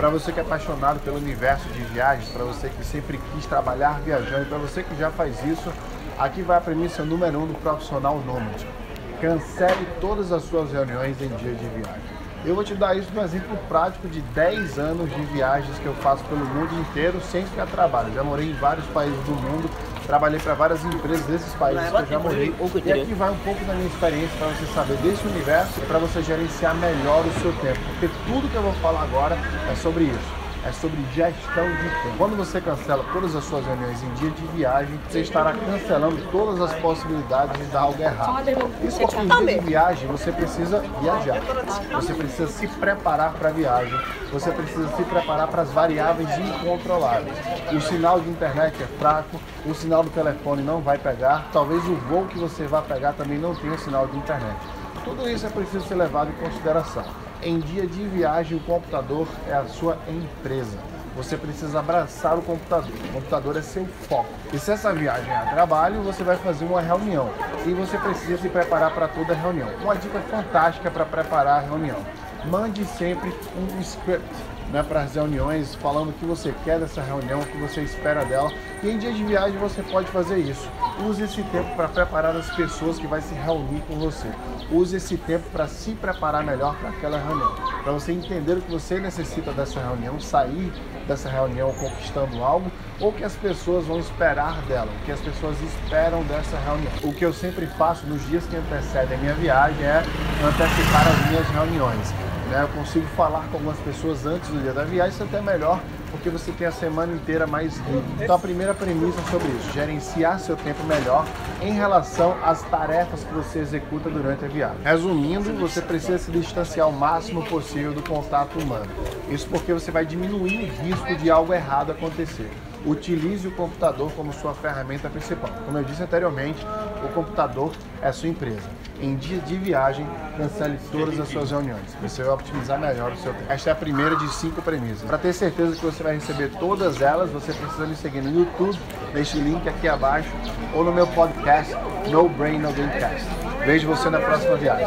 Para você que é apaixonado pelo universo de viagens, para você que sempre quis trabalhar viajando, para você que já faz isso, aqui vai a premissa número 1 do profissional nômade. Cancele todas as suas reuniões em dia de viagem. Eu vou te dar isso no exemplo prático de 10 anos de viagens que eu faço pelo mundo inteiro sem ficar trabalho. Já morei em vários países do mundo, trabalhei para várias empresas desses países que eu já morei. E aqui vai um pouco da minha experiência para você saber desse universo e para você gerenciar melhor o seu tempo. Porque tudo que eu vou falar agora é sobre isso. É sobre gestão de tempo. Quando você cancela todas as suas reuniões em dia de viagem, você estará cancelando todas as possibilidades de dar algo errado. Isso porque em dia de viagem você precisa viajar. Você precisa se preparar para a viagem. Você precisa se preparar para as variáveis incontroláveis. O sinal de internet é fraco, o sinal do telefone não vai pegar, talvez o voo que você vai pegar também não tenha sinal de internet. Tudo isso é preciso ser levado em consideração. Em dia de viagem, o computador é a sua empresa. Você precisa abraçar o computador é seu foco. E se essa viagem é a trabalho, você vai fazer uma reunião. E você precisa se preparar para toda a reunião. Uma dica fantástica para preparar a reunião. Mande sempre um script, para as reuniões, falando o que você quer dessa reunião, o que você espera dela. E em dia de viagem você pode fazer isso. Use esse tempo para preparar as pessoas que vão se reunir com você. Use esse tempo para se preparar melhor para aquela reunião. Para você entender o que você necessita dessa reunião, sair dessa reunião conquistando algo, ou o que as pessoas vão esperar dela, o que as pessoas esperam dessa reunião. O que eu sempre faço nos dias que antecedem a minha viagem é antecipar as minhas reuniões. Eu consigo falar com algumas pessoas antes do dia da viagem, isso é até melhor, porque você tem a semana inteira mais livre. Então a primeira premissa sobre isso, gerenciar seu tempo melhor em relação às tarefas que você executa durante a viagem. Resumindo, você precisa se distanciar o máximo possível do contato humano. Isso porque você vai diminuir o risco de algo errado acontecer. Utilize o computador como sua ferramenta principal. Como eu disse anteriormente, o computador é sua empresa. Em dia de viagem, cancele todas as suas reuniões. Você vai optimizar melhor o seu tempo. Esta é a primeira de 5 premissas. Para ter certeza que você vai receber todas elas, você precisa me seguir no YouTube, neste link aqui abaixo, ou no meu podcast, No Brain No Gamecast. Vejo você na próxima viagem.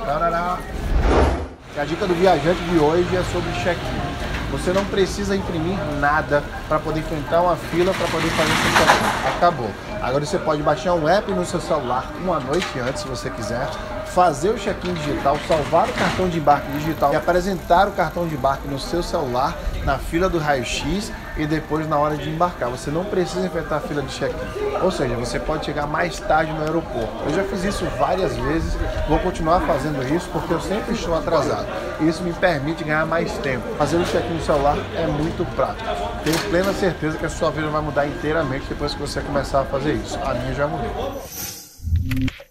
A dica do viajante de hoje é sobre check-in. Você não precisa imprimir nada para poder enfrentar uma fila para poder fazer seu check-in. Acabou. Agora você pode baixar um app no seu celular uma noite antes, se você quiser, fazer o check-in digital, salvar o cartão de embarque digital e apresentar o cartão de embarque no seu celular na fila do raio-x e depois na hora de embarcar. Você não precisa enfrentar a fila de check-in. Ou seja, você pode chegar mais tarde no aeroporto. Eu já fiz isso várias vezes, vou continuar fazendo isso porque eu sempre estou atrasado. E isso me permite ganhar mais tempo. Fazer o check-in no celular é muito prático. Tenho plena certeza que a sua vida vai mudar inteiramente depois que você começar a fazer isso. A minha já mudou.